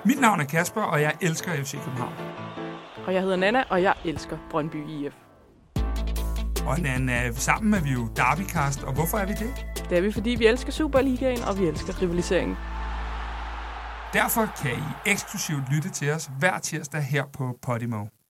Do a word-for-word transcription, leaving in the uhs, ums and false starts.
Mit navn er Kasper, og jeg elsker F C København. Og jeg hedder Nana, og jeg elsker Brøndby I F. Og Nana, sammen er vi jo Derbycast, og hvorfor er vi det? Det er vi, fordi vi elsker Superligaen, og vi elsker rivaliseringen. Derfor kan I eksklusivt lytte til os hver tirsdag her på Podimo.